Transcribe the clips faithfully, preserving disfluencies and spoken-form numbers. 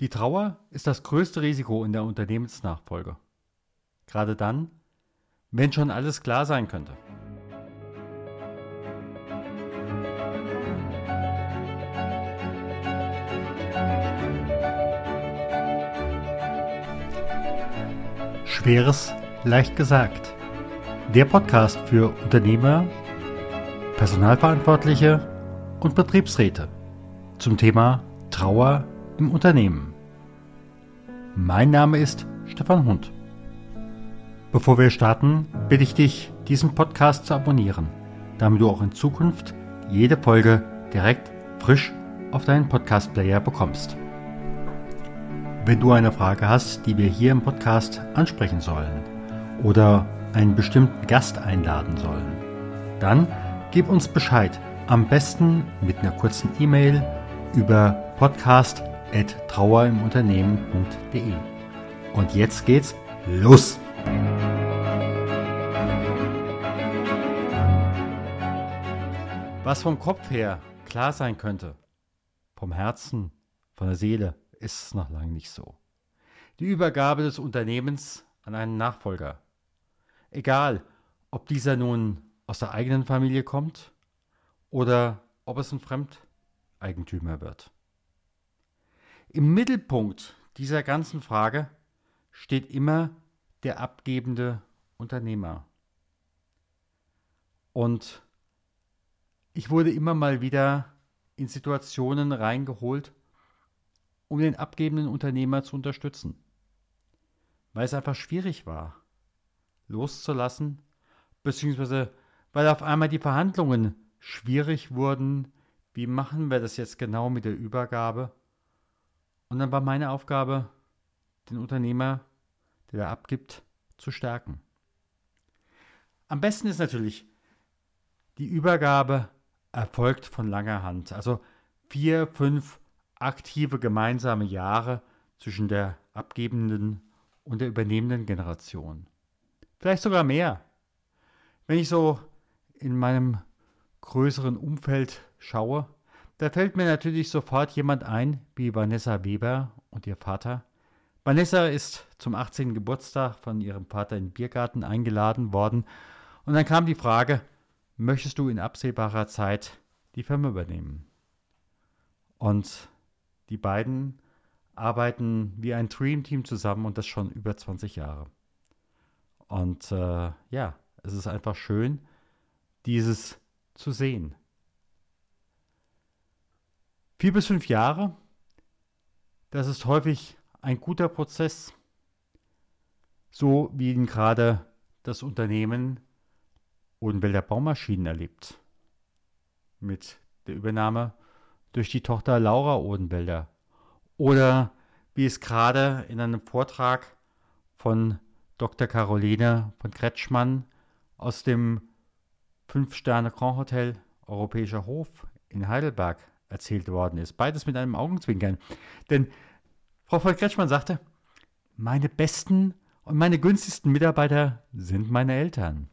Die Trauer ist das größte Risiko in der Unternehmensnachfolge. Gerade dann, wenn schon alles klar sein könnte. Schweres, leicht gesagt. Der Podcast für Unternehmer, Personalverantwortliche und Betriebsräte zum Thema Trauer im Unternehmen. Mein Name ist Stefan Hund. Bevor wir starten, bitte ich dich, diesen Podcast zu abonnieren, damit du auch in Zukunft jede Folge direkt frisch auf deinen Podcast-Player bekommst. Wenn du eine Frage hast, die wir hier im Podcast ansprechen sollen oder einen bestimmten Gast einladen sollen, dann gib uns Bescheid, am besten mit einer kurzen E-Mail über podcast at trauerimunternehmen punkt de. Und jetzt geht's los! Was vom Kopf her klar sein könnte, vom Herzen, von der Seele, ist es noch lange nicht so. Die Übergabe des Unternehmens an einen Nachfolger. Egal, ob dieser nun aus der eigenen Familie kommt oder ob es ein Fremdeigentümer wird. Im Mittelpunkt dieser ganzen Frage steht immer der abgebende Unternehmer. Und ich wurde immer mal wieder in Situationen reingeholt, um den abgebenden Unternehmer zu unterstützen. Weil es einfach schwierig war, loszulassen, beziehungsweise weil auf einmal die Verhandlungen schwierig wurden. Wie machen wir das jetzt genau mit der Übergabe? Und dann war meine Aufgabe, den Unternehmer, der da abgibt, zu stärken. Am besten ist natürlich, die Übergabe erfolgt von langer Hand. Also vier, fünf aktive gemeinsame Jahre zwischen der abgebenden und der übernehmenden Generation. Vielleicht sogar mehr. Wenn ich so in meinem größeren Umfeld schaue, da fällt mir natürlich sofort jemand ein, wie Vanessa Weber und ihr Vater. Vanessa ist zum achtzehnten Geburtstag von ihrem Vater in den Biergarten eingeladen worden. Und dann kam die Frage, möchtest du in absehbarer Zeit die Firma übernehmen? Und die beiden arbeiten wie ein Dream-Team zusammen und das schon über zwanzig Jahre. Und äh, ja, es ist einfach schön, dieses zu sehen. Vier bis fünf Jahre, das ist häufig ein guter Prozess, so wie ihn gerade das Unternehmen Odenwälder Baumaschinen erlebt. Mit der Übernahme durch die Tochter Laura Odenwälder. Oder wie es gerade in einem Vortrag von Doktor Caroline von Kretschmann aus dem Fünf-Sterne-Grand Hotel Europäischer Hof in Heidelberg erzählt worden ist. Beides mit einem Augenzwinkern. Denn Frau von Kretschmann sagte, meine besten und meine günstigsten Mitarbeiter sind meine Eltern.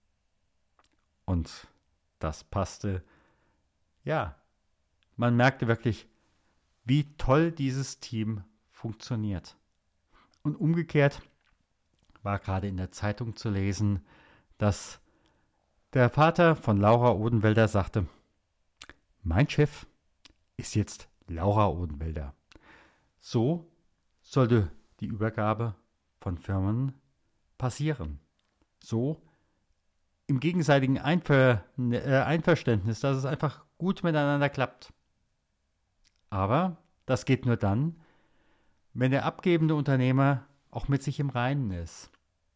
Und das passte. Ja, man merkte wirklich, wie toll dieses Team funktioniert. Und umgekehrt war gerade in der Zeitung zu lesen, dass der Vater von Laura Odenwälder sagte, mein Chef ist jetzt Laura Odenwälder. So sollte die Übergabe von Firmen passieren. So im gegenseitigen Einver- äh, Einverständnis, dass es einfach gut miteinander klappt. Aber das geht nur dann, wenn der abgebende Unternehmer auch mit sich im Reinen ist.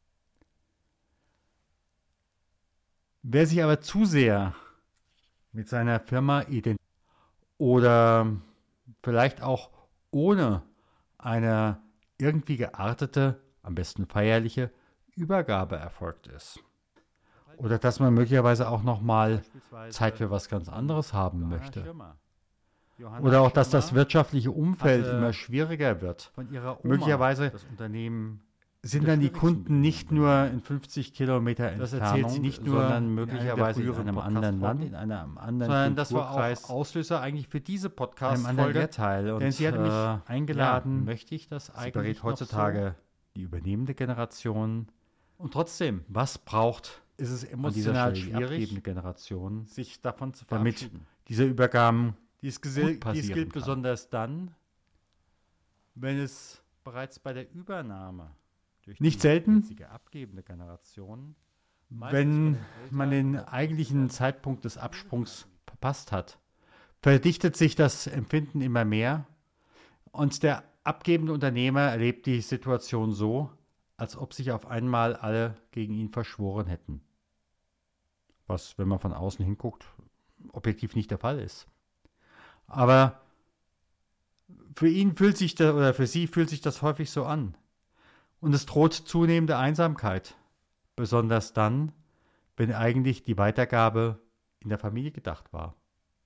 Wer sich aber zu sehr mit seiner Firma identifiziert oder vielleicht auch ohne eine irgendwie geartete, am besten feierliche Übergabe erfolgt ist. Oder dass man möglicherweise auch nochmal Zeit für was ganz anderes haben möchte. Oder auch, dass das wirtschaftliche Umfeld immer schwieriger wird. Möglicherweise das Unternehmen sind dann die Kunden nicht nur in fünfzig Kilometer Entfernung, das erzählt sie nicht nur, sondern möglicherweise in, in einem anderen Land, in einem anderen sondern das war auch Auslöser eigentlich für diese Podcast-Folge. Denn sie hat mich äh, eingeladen, ja, möchte ich das eigentlich berät heutzutage so? Die übernehmende Generation. Und trotzdem, was braucht, ist es emotional schwierig, die abgebende Generation, sich davon zu verabschieden. Damit diese Übergaben dies gilt, dies gilt besonders dann, wenn es bereits bei der Übernahme durch nicht die selten abgebende Generation, wenn man den eigentlichen Zeitpunkt des Absprungs verpasst hat, verdichtet sich das Empfinden immer mehr und der abgebende Unternehmer erlebt die Situation so, als ob sich auf einmal alle gegen ihn verschworen hätten. Was, wenn man von außen hinguckt, objektiv nicht der Fall ist. Aber für ihn fühlt sich das, oder für sie fühlt sich das häufig so an. Und es droht zunehmende Einsamkeit, besonders dann, wenn eigentlich die Weitergabe in der Familie gedacht war.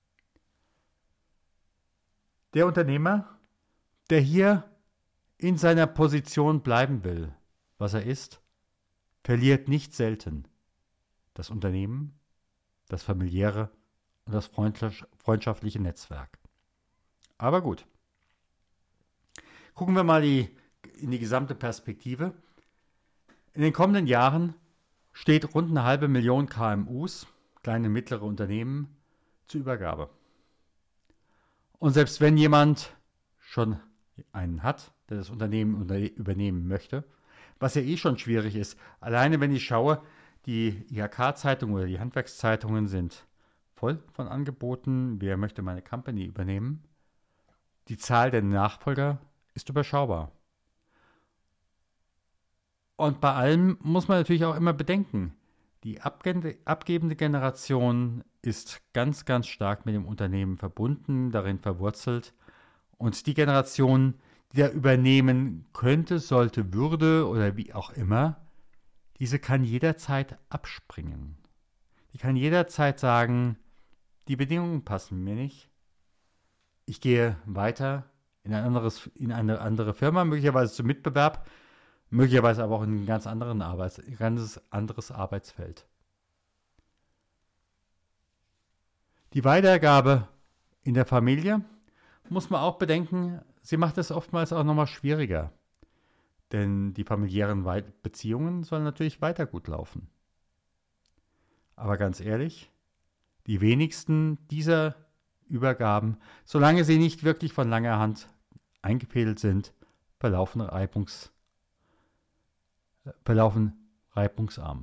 Der Unternehmer, der hier in seiner Position bleiben will, was er ist, verliert nicht selten das Unternehmen, das familiäre und das freundschaftliche Netzwerk. Aber gut. Gucken wir mal die, in die gesamte Perspektive. In den kommenden Jahren steht rund eine halbe Million K M Us, kleine und mittlere Unternehmen, zur Übergabe. Und selbst wenn jemand schon einen hat, der das Unternehmen übernehmen möchte, was ja eh schon schwierig ist, alleine wenn ich schaue, die I H K-Zeitungen oder die Handwerkszeitungen sind voll von Angeboten, wer möchte meine Company übernehmen. Die Zahl der Nachfolger ist überschaubar. Und bei allem muss man natürlich auch immer bedenken, die abgebende Generation ist ganz, ganz stark mit dem Unternehmen verbunden, darin verwurzelt. Und die Generation, die da übernehmen könnte, sollte, würde oder wie auch immer, diese kann jederzeit abspringen. Die kann jederzeit sagen, die Bedingungen passen mir nicht. Ich gehe weiter in, ein anderes, in eine andere Firma, möglicherweise zum Mitbewerb, möglicherweise aber auch in ein ganz, anderen Arbeits, ganz anderes Arbeitsfeld. Die Weitergabe in der Familie muss man auch bedenken, sie macht es oftmals auch nochmal schwieriger. Denn die familiären Beziehungen sollen natürlich weiter gut laufen. Aber ganz ehrlich, die wenigsten dieser Übergaben, solange sie nicht wirklich von langer Hand eingefädelt sind, verlaufen, reibungs, verlaufen reibungsarm.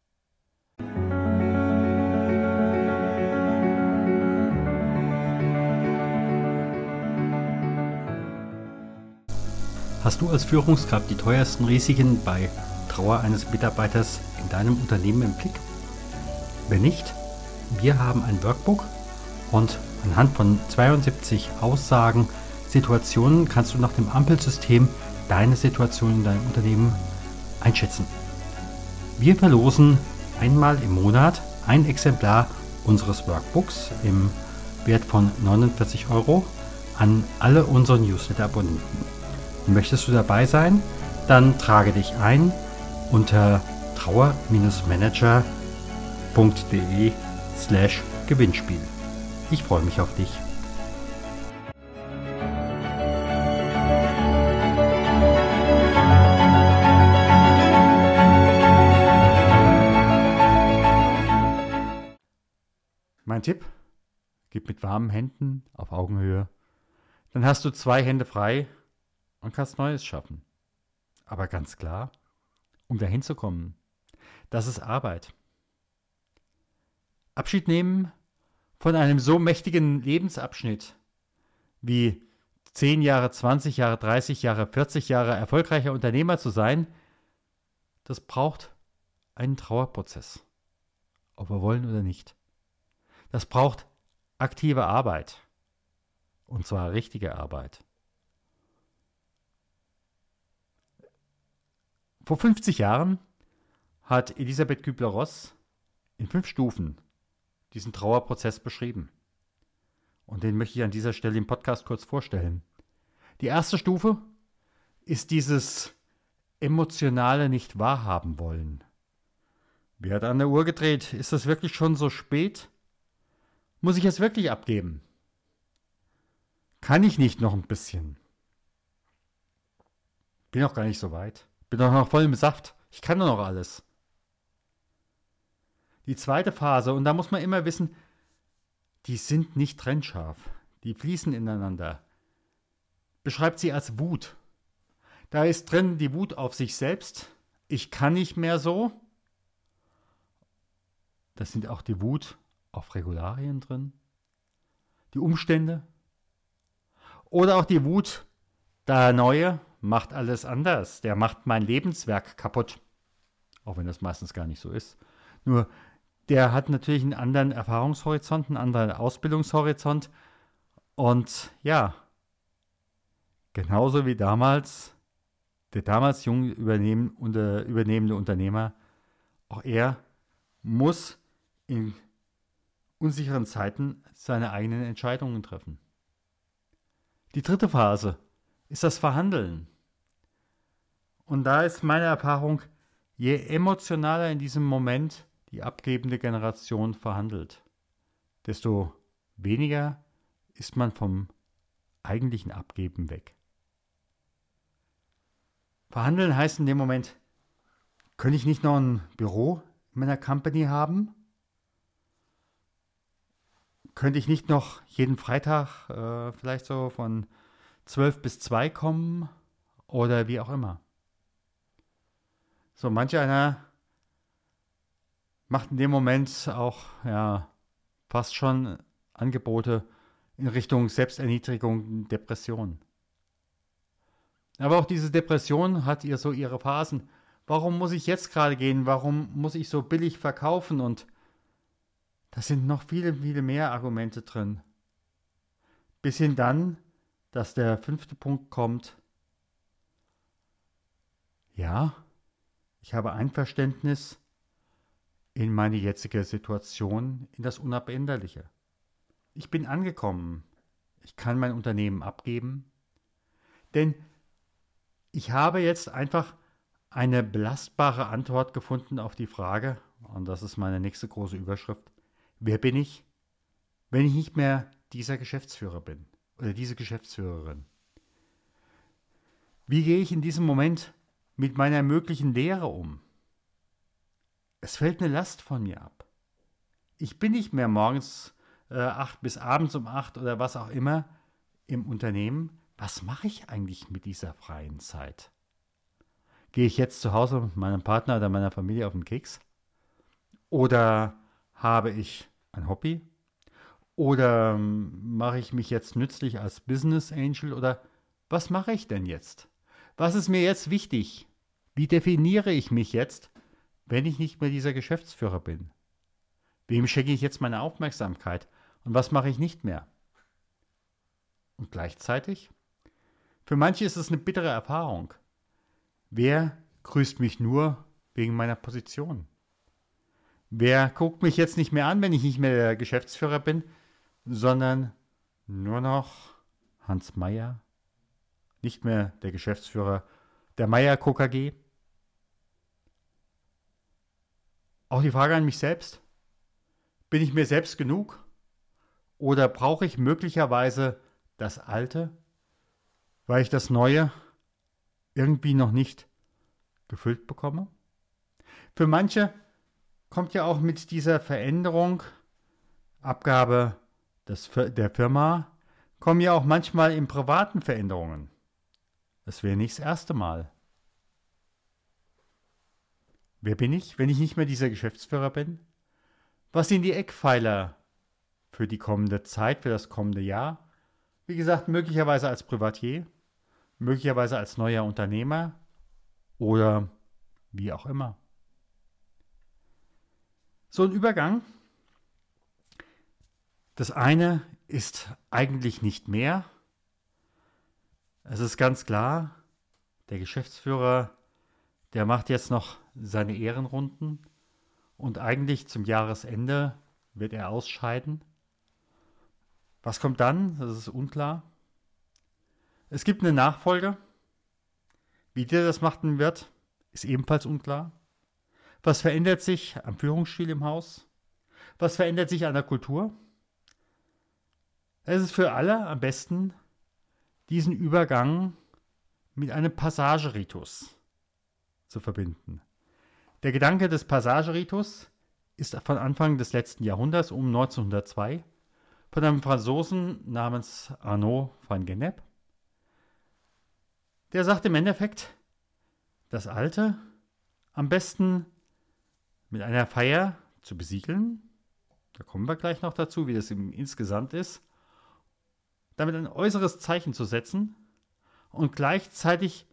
Hast du als Führungskraft die teuersten Risiken bei Trauer eines Mitarbeiters in deinem Unternehmen im Blick? Wenn nicht, wir haben ein Workbook und anhand von zweiundsiebzig Aussagen, Situationen kannst du nach dem Ampelsystem deine Situation in deinem Unternehmen einschätzen. Wir verlosen einmal im Monat ein Exemplar unseres Workbooks im Wert von neunundvierzig Euro an alle unsere Newsletter-Abonnenten. Möchtest du dabei sein? Dann trage dich ein unter trauer-manager.de slash Gewinnspiel. Ich freue mich auf dich. Mein Tipp, gib mit warmen Händen auf Augenhöhe. Dann hast du zwei Hände frei und kannst Neues schaffen. Aber ganz klar, um dahin zu kommen, das ist Arbeit. Abschied nehmen von einem so mächtigen Lebensabschnitt wie zehn Jahre, zwanzig Jahre, dreißig Jahre, vierzig Jahre erfolgreicher Unternehmer zu sein, das braucht einen Trauerprozess, ob wir wollen oder nicht. Das braucht aktive Arbeit, und zwar richtige Arbeit. Vor fünfzig Jahren hat Elisabeth Kübler-Ross in fünf Stufen diesen Trauerprozess beschrieben. Und den möchte ich an dieser Stelle im Podcast kurz vorstellen. Die erste Stufe ist dieses Emotionale nicht wahrhaben wollen. Wer hat an der Uhr gedreht? Ist das wirklich schon so spät? Muss ich es wirklich abgeben? Kann ich nicht noch ein bisschen? Bin noch gar nicht so weit. Bin doch noch voll im Saft. Ich kann doch noch alles. Die zweite Phase, und da muss man immer wissen, die sind nicht trennscharf. Die fließen ineinander. Beschreibt sie als Wut. Da ist drin die Wut auf sich selbst. Ich kann nicht mehr so. Das sind auch die Wut auf Regularien drin. Die Umstände. Oder auch die Wut, der Neue macht alles anders. Der macht mein Lebenswerk kaputt. Auch wenn das meistens gar nicht so ist. Nur, der hat natürlich einen anderen Erfahrungshorizont, einen anderen Ausbildungshorizont. Und ja, genauso wie damals, der damals jung übernehmen, unter, übernehmende Unternehmer, auch er muss in unsicheren Zeiten seine eigenen Entscheidungen treffen. Die dritte Phase ist das Verhandeln. Und da ist meine Erfahrung, je emotionaler in diesem Moment die abgebende Generation verhandelt, desto weniger ist man vom eigentlichen Abgeben weg. Verhandeln heißt in dem Moment, könnte ich nicht noch ein Büro in meiner Company haben? Könnte ich nicht noch jeden Freitag äh, vielleicht so von zwölf bis zwei kommen? Oder wie auch immer. So, manch einer macht in dem Moment auch ja, fast schon Angebote in Richtung Selbsterniedrigung, Depression. Aber auch diese Depression hat ihr so ihre Phasen. Warum muss ich jetzt gerade gehen? Warum muss ich so billig verkaufen? Und da sind noch viele, viele mehr Argumente drin. Bis hin dann, dass der fünfte Punkt kommt. Ja, ich habe Einverständnis in meine jetzige Situation, in das Unabänderliche. Ich bin angekommen. Ich kann mein Unternehmen abgeben. Denn ich habe jetzt einfach eine belastbare Antwort gefunden auf die Frage, und das ist meine nächste große Überschrift, wer bin ich, wenn ich nicht mehr dieser Geschäftsführer bin oder diese Geschäftsführerin? Wie gehe ich in diesem Moment mit meiner möglichen Lehre um? Es fällt eine Last von mir ab. Ich bin nicht mehr morgens äh, acht bis abends um acht oder was auch immer im Unternehmen. Was mache ich eigentlich mit dieser freien Zeit? Gehe ich jetzt zu Hause mit meinem Partner oder meiner Familie auf den Keks? Oder habe ich ein Hobby? Oder ähm, mache ich mich jetzt nützlich als Business Angel? Oder was mache ich denn jetzt? Was ist mir jetzt wichtig? Wie definiere ich mich jetzt, wenn ich nicht mehr dieser Geschäftsführer bin? Wem schenke ich jetzt meine Aufmerksamkeit? Und was mache ich nicht mehr? Und gleichzeitig? Für manche ist es eine bittere Erfahrung. Wer grüßt mich nur wegen meiner Position? Wer guckt mich jetzt nicht mehr an, wenn ich nicht mehr der Geschäftsführer bin, sondern nur noch Hans Meyer, nicht mehr der Geschäftsführer der Meyer Co K G? Auch die Frage an mich selbst. Bin ich mir selbst genug? Oder brauche ich möglicherweise das Alte, weil ich das Neue irgendwie noch nicht gefüllt bekomme? Für manche kommt ja auch mit dieser Veränderung, Abgabe des, der Firma, kommen ja auch manchmal in privaten Veränderungen. Das wäre nicht das erste Mal. Wer bin ich, wenn ich nicht mehr dieser Geschäftsführer bin? Was sind die Eckpfeiler für die kommende Zeit, für das kommende Jahr? Wie gesagt, möglicherweise als Privatier, möglicherweise als neuer Unternehmer oder wie auch immer. So ein Übergang. Das eine ist eigentlich nicht mehr. Es ist ganz klar, der Geschäftsführer, der macht jetzt noch seine Ehrenrunden und eigentlich zum Jahresende wird er ausscheiden. Was kommt dann? Das ist unklar. Es gibt eine Nachfolge. Wie der das machen wird, ist ebenfalls unklar. Was verändert sich am Führungsstil im Haus? Was verändert sich an der Kultur? Es ist für alle am besten, diesen Übergang mit einem Passageritus zu verbinden. Der Gedanke des Passageritus ist von Anfang des letzten Jahrhunderts um neunzehnhundertzwei von einem Franzosen namens Arnaud van Gennep. Der sagt im Endeffekt, das Alte am besten mit einer Feier zu besiegeln. Da kommen wir gleich noch dazu, wie das insgesamt ist. Damit ein äußeres Zeichen zu setzen und gleichzeitig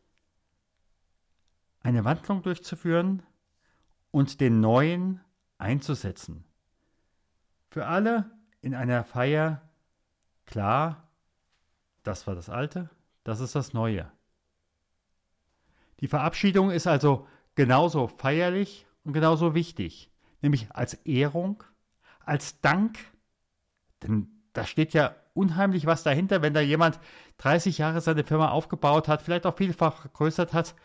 eine Wandlung durchzuführen und den Neuen einzusetzen. Für alle in einer Feier klar, das war das Alte, das ist das Neue. Die Verabschiedung ist also genauso feierlich und genauso wichtig, nämlich als Ehrung, als Dank, denn da steht ja unheimlich was dahinter, wenn da jemand dreißig Jahre seine Firma aufgebaut hat, vielleicht auch vielfach vergrößert hat.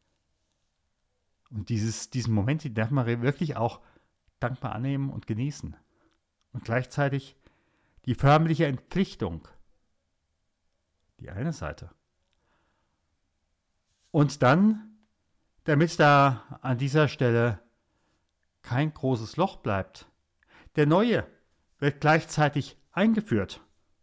Und dieses, diesen Moment, den darf man wirklich auch dankbar annehmen und genießen. Und gleichzeitig die förmliche Entpflichtung. Die eine Seite. Und dann, damit da an dieser Stelle kein großes Loch bleibt, der Neue wird gleichzeitig eingeführt.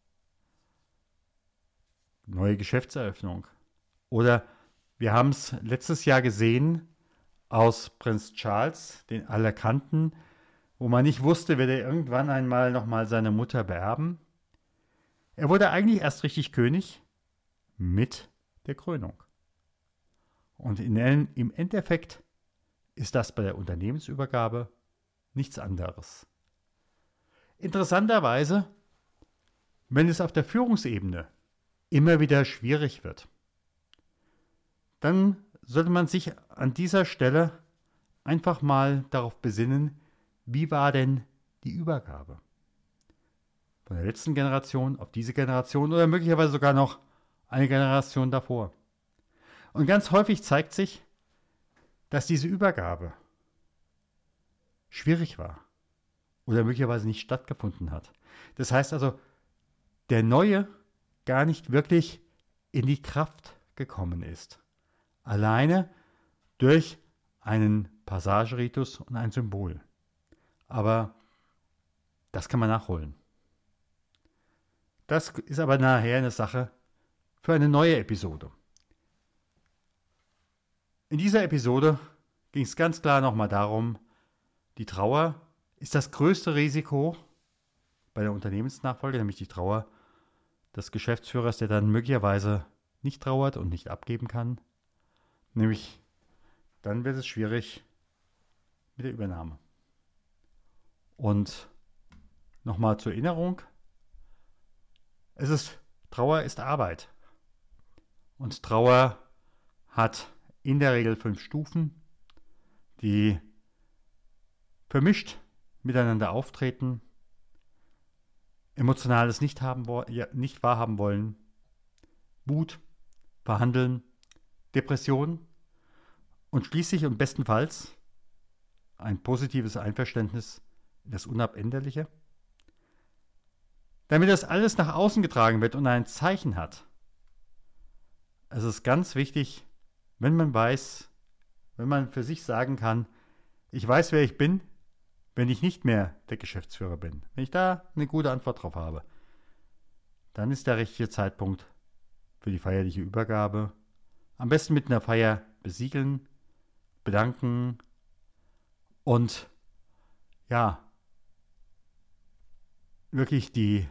Neue Geschäftseröffnung. Oder wir haben es letztes Jahr gesehen aus Prinz Charles, den alle kannten, wo man nicht wusste, wird er irgendwann einmal nochmal seine Mutter beerben. Er wurde eigentlich erst richtig König mit der Krönung. Und in, im Endeffekt ist das bei der Unternehmensübergabe nichts anderes. Interessanterweise, wenn es auf der Führungsebene immer wieder schwierig wird, dann sollte man sich an dieser Stelle einfach mal darauf besinnen, wie war denn die Übergabe? Von der letzten Generation auf diese Generation oder möglicherweise sogar noch eine Generation davor. Und ganz häufig zeigt sich, dass diese Übergabe schwierig war oder möglicherweise nicht stattgefunden hat. Das heißt also, der Neue gar nicht wirklich in die Kraft gekommen ist. Alleine durch einen Passageritus und ein Symbol. Aber das kann man nachholen. Das ist aber nachher eine Sache für eine neue Episode. In dieser Episode ging es ganz klar nochmal darum, die Trauer ist das größte Risiko bei der Unternehmensnachfolge, nämlich die Trauer des Geschäftsführers, der dann möglicherweise nicht trauert und nicht abgeben kann. Nämlich, dann wird es schwierig mit der Übernahme. Und nochmal zur Erinnerung, es ist, Trauer ist Arbeit. Und Trauer hat in der Regel fünf Stufen, die vermischt miteinander auftreten, Emotionales nicht, haben, ja, nicht wahrhaben wollen, Wut, Verhandeln, Depression und schließlich und bestenfalls ein positives Einverständnis in das Unabänderliche. Damit das alles nach außen getragen wird und ein Zeichen hat. Es ist ganz wichtig, wenn man weiß, wenn man für sich sagen kann, ich weiß, wer ich bin, wenn ich nicht mehr der Geschäftsführer bin. Wenn ich da eine gute Antwort drauf habe, dann ist der richtige Zeitpunkt für die feierliche Übergabe. Am besten mit einer Feier besiegeln, bedanken und ja, wirklich die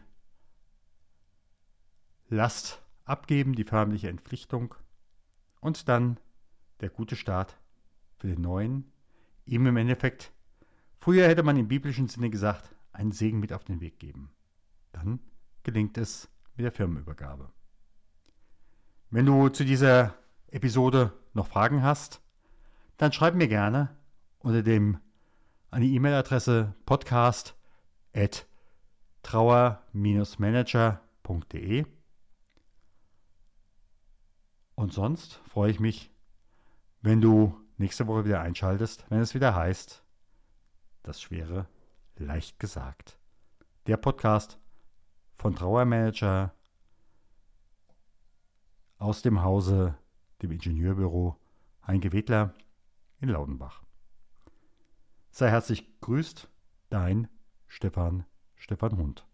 Last abgeben, die förmliche Entpflichtung und dann der gute Start für den Neuen. Ihm im Endeffekt, früher hätte man im biblischen Sinne gesagt, einen Segen mit auf den Weg geben. Dann gelingt es mit der Firmenübergabe. Wenn du zu dieser Episode noch Fragen hast, dann schreib mir gerne unter dem an die E-Mail-Adresse podcast at trauer Bindestrich manager punkt de. Und sonst freue ich mich wenn du nächste Woche wieder einschaltest, wenn es wieder heißt, das Schwere leicht gesagt. Der Podcast von Trauermanager aus dem Hause, dem Ingenieurbüro Heinke Wedler in Laudenbach. Sei herzlich gegrüßt, dein Stefan, Stefan Hund.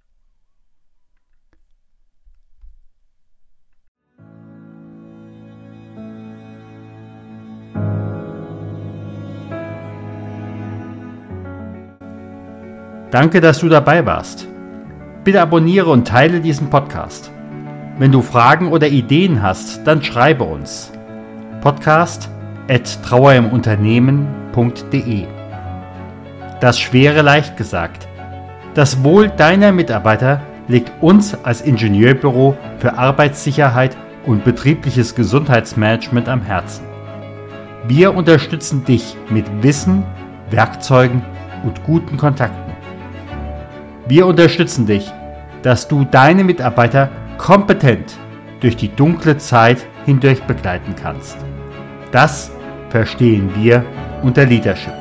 Danke, dass du dabei warst. Bitte abonniere und teile diesen Podcast. Wenn du Fragen oder Ideen hast, dann schreibe uns. podcast at trauerimunternehmen punkt de. Das Schwere leicht gesagt. Das Wohl deiner Mitarbeiter liegt uns als Ingenieurbüro für Arbeitssicherheit und betriebliches Gesundheitsmanagement am Herzen. Wir unterstützen dich mit Wissen, Werkzeugen und guten Kontakten. Wir unterstützen dich, dass du deine Mitarbeiter kompetent durch die dunkle Zeit hindurch begleiten kannst. Das verstehen wir unter Leadership.